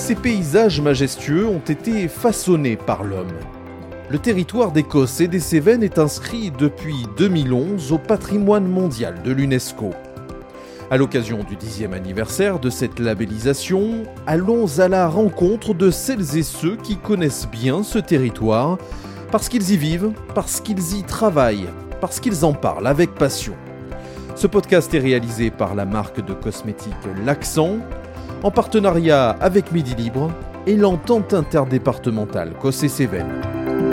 ces paysages majestueux ont été façonnés par l'homme. Le territoire d'Écosse et des Cévennes est inscrit depuis 2011 au patrimoine mondial de l'UNESCO. À l'occasion du 10e anniversaire de cette labellisation, allons à la rencontre de celles et ceux qui connaissent bien ce territoire, parce qu'ils y vivent, parce qu'ils y travaillent, parce qu'ils en parlent avec passion. Ce podcast est réalisé par la marque de cosmétiques L'Accent, en partenariat avec Midi Libre et l'entente interdépartementale Cosse-et-Cévennes.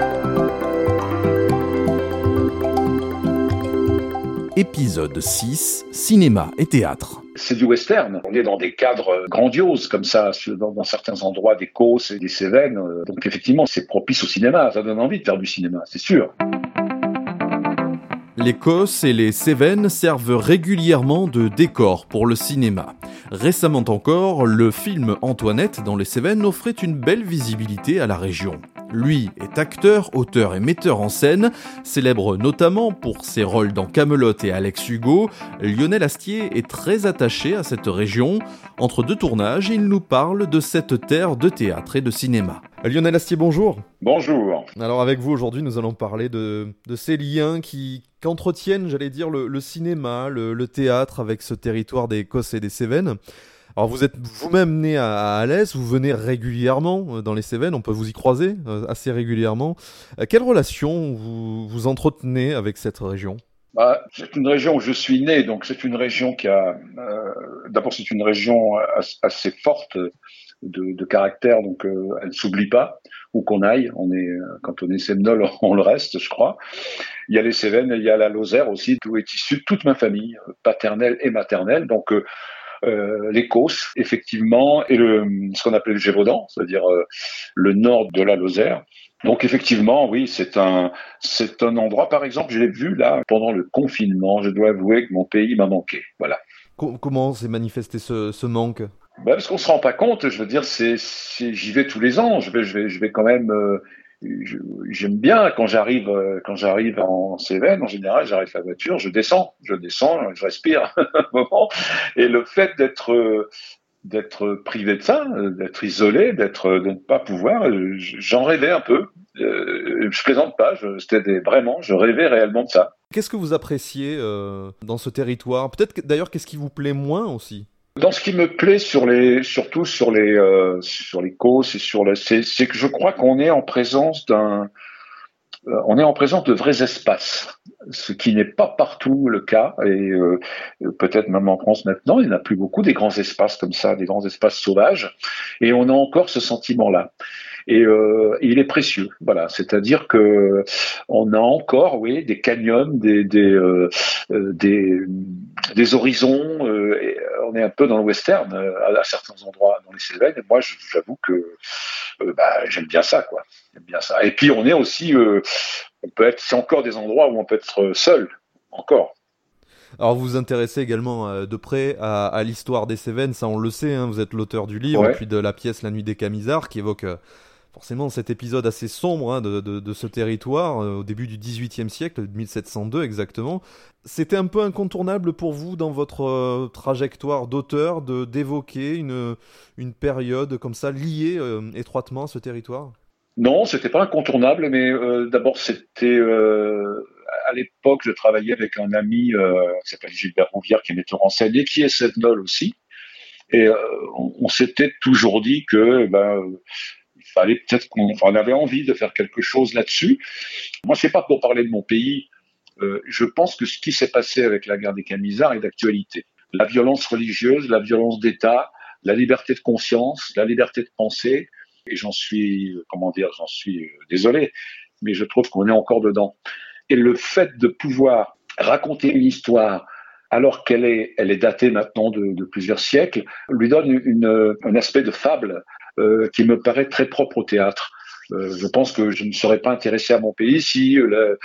Épisode 6, cinéma et théâtre. C'est du western. On est dans des cadres grandioses comme ça, dans certains endroits des Causses et des Cévennes. Donc effectivement, c'est propice au cinéma. Ça donne envie de faire du cinéma, c'est sûr. Les Causses et les Cévennes servent régulièrement de décor pour le cinéma. Récemment encore, le film Antoinette dans les Cévennes offrait une belle visibilité à la région. Lui est acteur, auteur et metteur en scène, célèbre notamment pour ses rôles dans Kaamelott et Alex Hugo. Lionel Astier est très attaché à cette région. Entre deux tournages, il nous parle de cette terre de théâtre et de cinéma. Lionel Astier, bonjour. Bonjour. Alors avec vous aujourd'hui, nous allons parler de ces liens qu'entretiennent, j'allais dire, le cinéma, le théâtre avec ce territoire des Causses et des Cévennes. Alors vous êtes vous-même né à Alès, vous venez régulièrement dans les Cévennes, on peut vous y croiser assez régulièrement. Quelle relation vous entretenez avec cette région ? C'est une région où je suis né, donc c'est une région qui a... d'abord c'est une région assez forte de caractère, donc elle ne s'oublie pas, où qu'on aille. Quand on est séminole, on le reste, je crois. Il y a les Cévennes, il y a la Lozère aussi, d'où est issue toute ma famille, paternelle et maternelle, donc... les Causses, effectivement, et ce qu'on appelait le Gévaudan, c'est-à-dire le nord de la Lozère. Donc effectivement, oui, c'est un endroit, par exemple, je l'ai vu là, pendant le confinement, je dois avouer que mon pays m'a manqué, voilà. Comment s'est manifesté ce manque ? Parce qu'on se rend pas compte, je veux dire, j'y vais tous les ans, je vais quand même... j'aime bien quand j'arrive en Cévennes, en général, j'arrive à la voiture, je descends, je respire un moment, et le fait d'être privé de ça, d'être isolé, de ne pas pouvoir, j'en rêvais un peu. Je plaisante pas, je rêvais réellement de ça. Qu'est-ce que vous appréciez dans ce territoire ? Peut-être d'ailleurs, qu'est-ce qui vous plaît moins aussi ? Dans ce qui me plaît surtout sur les Causses et c'est que je crois qu'on est en présence de vrais espaces, ce qui n'est pas partout le cas et peut-être même en France maintenant, il n'y en a plus beaucoup des grands espaces comme ça, des grands espaces sauvages, et on a encore ce sentiment-là. Et il est précieux, voilà. C'est-à-dire que on a encore, oui, des canyons, des horizons. On est un peu dans le western à certains endroits dans les Cévennes. Et moi, j'avoue que j'aime bien ça, quoi. J'aime bien ça. Et puis on est aussi, c'est encore des endroits où on peut être seul, encore. Alors vous vous intéressez également de près à l'histoire des Cévennes, ça on le sait, hein, vous êtes l'auteur du livre, Ouais. Et puis de la pièce La Nuit des Camisards, qui évoque forcément cet épisode assez sombre hein, de ce territoire, au début du XVIIIe siècle, 1702 exactement. C'était un peu incontournable pour vous dans votre trajectoire d'auteur d'évoquer une période comme ça liée étroitement à ce territoire ? Non, c'était pas incontournable, mais d'abord c'était à l'époque je travaillais avec un ami qui s'appelle Gilbert Rouvière, qui est metteur en scène et qui est sévenol aussi, et on s'était toujours dit que il fallait peut-être on avait envie de faire quelque chose là-dessus. Moi, c'est pas pour parler de mon pays. Je pense que ce qui s'est passé avec la guerre des Camisards est d'actualité. La violence religieuse, la violence d'État, la liberté de conscience, la liberté de penser. Et j'en suis désolé, mais je trouve qu'on est encore dedans. Et le fait de pouvoir raconter une histoire alors qu'elle est datée maintenant de plusieurs siècles, lui donne un aspect de fable qui me paraît très propre au théâtre. Je pense que je ne serais pas intéressé à mon pays si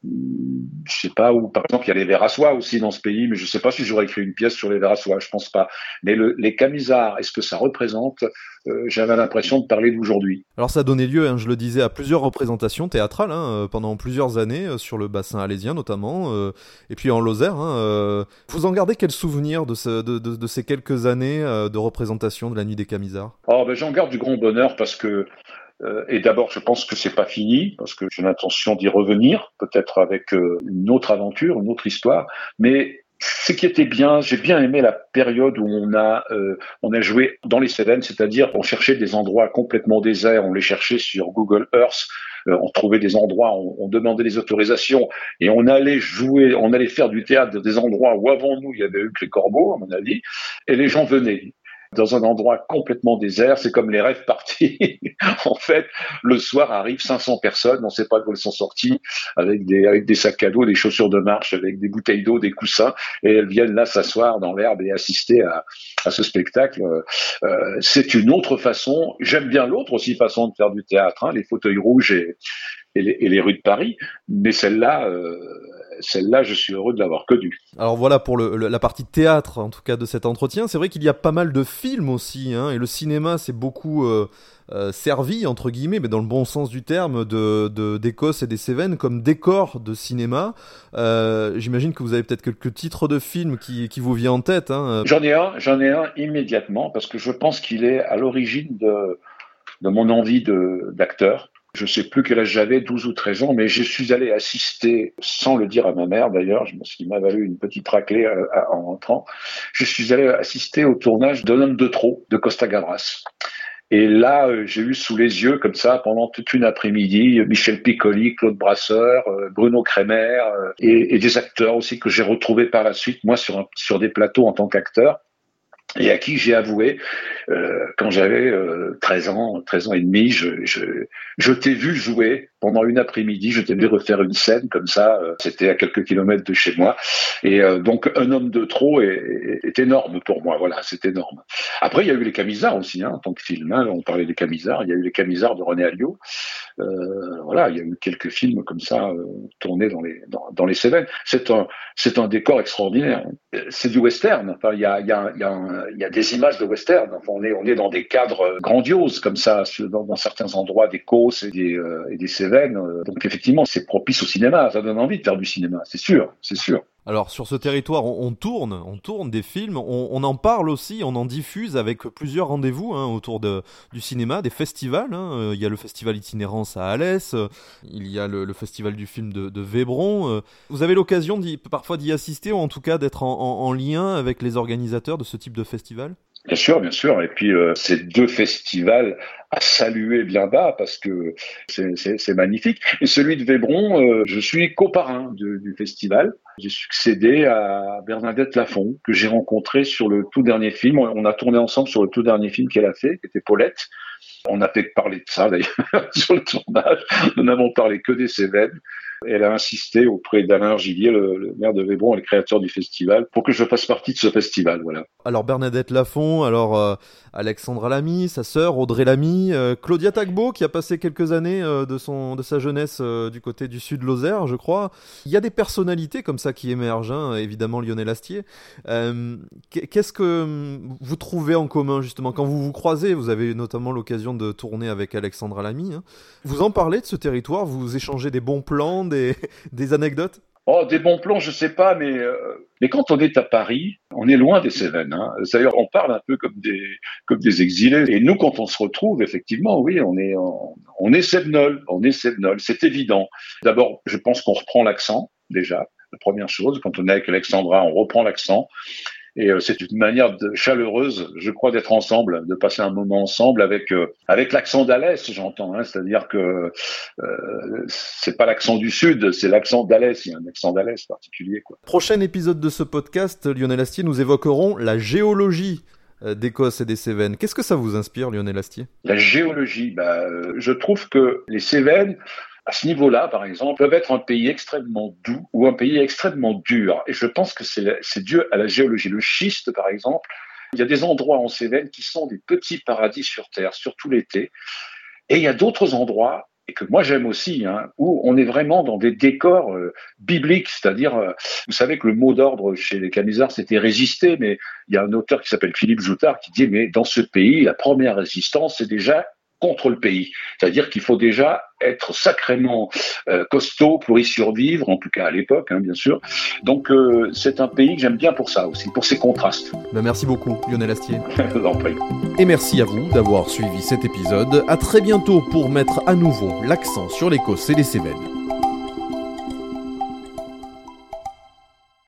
je sais pas où, par exemple, il y a les vers à soie aussi dans ce pays, mais je sais pas si j'aurais écrit une pièce sur les vers à soie, je pense pas. Mais les Camisards, est-ce que ça représente j'avais l'impression de parler d'aujourd'hui. Alors ça a donné lieu, hein, je le disais, à plusieurs représentations théâtrales pendant plusieurs années, sur le bassin alésien notamment, et puis en Lozère. Vous en gardez quel souvenir de ces quelques années de représentation de la Nuit des Camisards? J'en garde du grand bonheur parce que et d'abord, je pense que c'est pas fini, parce que j'ai l'intention d'y revenir, peut-être avec une autre aventure, une autre histoire. Mais ce qui était bien, j'ai bien aimé la période où on a joué dans les Cévennes, c'est-à-dire on cherchait des endroits complètement déserts, on les cherchait sur Google Earth, on trouvait des endroits, on demandait des autorisations et on allait jouer, on allait faire du théâtre dans des endroits où avant nous il y avait eu que les corbeaux, à mon avis, et les gens venaient. Dans un endroit complètement désert, c'est comme les rêves partis. En fait, le soir arrivent 500 personnes, on ne sait pas d'où elles sont sorties, avec des sacs à dos, des chaussures de marche, avec des bouteilles d'eau, des coussins, et elles viennent là s'asseoir dans l'herbe et assister à ce spectacle. C'est une autre façon. J'aime bien l'autre aussi façon de faire du théâtre, les fauteuils rouges et les rues de Paris, mais celle-là, je suis heureux de l'avoir connue. Alors voilà pour la partie théâtre, en tout cas, de cet entretien. C'est vrai qu'il y a pas mal de films aussi, et le cinéma s'est beaucoup servi, entre guillemets, mais dans le bon sens du terme, d'Écosse et des Cévennes comme décor de cinéma. J'imagine que vous avez peut-être quelques titres de films qui vous viennent en tête. J'en ai un immédiatement, parce que je pense qu'il est à l'origine de mon envie d'acteur. Je sais plus quel âge j'avais, 12 ou 13 ans, mais je suis allé assister, sans le dire à ma mère d'ailleurs, ce qui m'a valu une petite raclée en rentrant, je suis allé assister au tournage d'Un homme de trop de Costa Gavras. Et là, j'ai eu sous les yeux, comme ça, pendant toute une après-midi, Michel Piccoli, Claude Brasseur, Bruno Kremer, et des acteurs aussi que j'ai retrouvés par la suite, moi, sur des plateaux en tant qu'acteur, et à qui j'ai avoué, quand j'avais 13 ans et demi, je t'ai vu jouer pendant une après-midi, je t'ai vu refaire une scène comme ça, c'était à quelques kilomètres de chez moi, et donc Un homme de trop est énorme pour moi, voilà, c'est énorme. Après, il y a eu les Camisards aussi, en tant que film, on parlait des Camisards, il y a eu les Camisards de René Alliot, voilà, il y a eu quelques films comme ça tournés dans les Cévennes. C'est un décor extraordinaire. C'est du western. Enfin, il y a des images de western. Enfin, on est dans des cadres grandioses comme ça dans certains endroits des Causses et des Cévennes. Donc effectivement, c'est propice au cinéma. Ça donne envie de faire du cinéma, c'est sûr, c'est sûr. Alors sur ce territoire, on tourne des films, on en parle aussi, on en diffuse avec plusieurs rendez-vous autour du cinéma, des festivals. Il y a le festival Itinérance à Alès, il y a le festival du film de Vébron. Vous avez l'occasion parfois d'y assister ou en tout cas d'être en lien avec les organisateurs de ce type de festival ? Bien sûr. Et puis ces deux festivals à saluer bien bas parce que c'est magnifique. Et celui de Vébron, je suis coparrain du festival. J'ai succédé à Bernadette Lafont que j'ai rencontrée sur le tout dernier film. On a tourné ensemble sur le tout dernier film qu'elle a fait, qui était Paulette. On n'a fait que parler de ça d'ailleurs sur le tournage. Nous n'avons parlé que des Cévennes. Elle a insisté auprès d'Alain Gillier, le maire de Vébron et le créateur du festival, pour que je fasse partie de ce festival, voilà. Alors Bernadette Lafont, Alexandra Lamy, sa sœur Audrey Lamy, Claudia Tagbo qui a passé quelques années de sa jeunesse du côté du sud de Lozère, je crois. Il y a des personnalités comme ça qui émergent, évidemment Lionel Astier. Qu'est-ce que vous trouvez en commun justement quand vous vous croisez? Vous avez notamment l'occasion de tourner avec Alexandra Lamy. Vous en parlez de ce territoire, vous échangez des bons plans, des anecdotes? Des bons plans, je sais pas, mais quand on est à Paris, on est loin des Cévennes. D'ailleurs, on parle un peu comme des exilés. Et nous, quand on se retrouve, effectivement, oui, on est Cévenols, c'est évident. D'abord, je pense qu'on reprend l'accent déjà. La première chose, quand on est avec Alexandra, on reprend l'accent. Et c'est une manière chaleureuse, je crois, d'être ensemble, de passer un moment ensemble avec l'accent d'Alès, j'entends. C'est-à-dire que c'est pas l'accent du Sud, c'est l'accent d'Alès. Il y a un accent d'Alès particulier, quoi. Prochain épisode de ce podcast, Lionel Astier, nous évoquerons la géologie d'Écosse et des Cévennes. Qu'est-ce que ça vous inspire, Lionel Astier? La géologie, je trouve que les Cévennes, à ce niveau-là, par exemple, peuvent être un pays extrêmement doux ou un pays extrêmement dur. Et je pense que c'est dû à la géologie. Le schiste, par exemple, il y a des endroits en Cévennes qui sont des petits paradis sur Terre, surtout l'été. Et il y a d'autres endroits et que moi j'aime aussi, où on est vraiment dans des décors bibliques, c'est-à-dire, vous savez que le mot d'ordre chez les Camisards, c'était résister, mais il y a un auteur qui s'appelle Philippe Joutard qui dit, mais dans ce pays, la première résistance, c'est déjà contre le pays. C'est-à-dire qu'il faut déjà être sacrément costaud pour y survivre, en tout cas à l'époque, bien sûr. Donc c'est un pays que j'aime bien pour ça aussi, pour ses contrastes. Merci beaucoup, Lionel Astier. Je vous en prie. Et merci à vous d'avoir suivi cet épisode. À très bientôt pour mettre à nouveau l'accent sur l'Écosse et les Cévennes.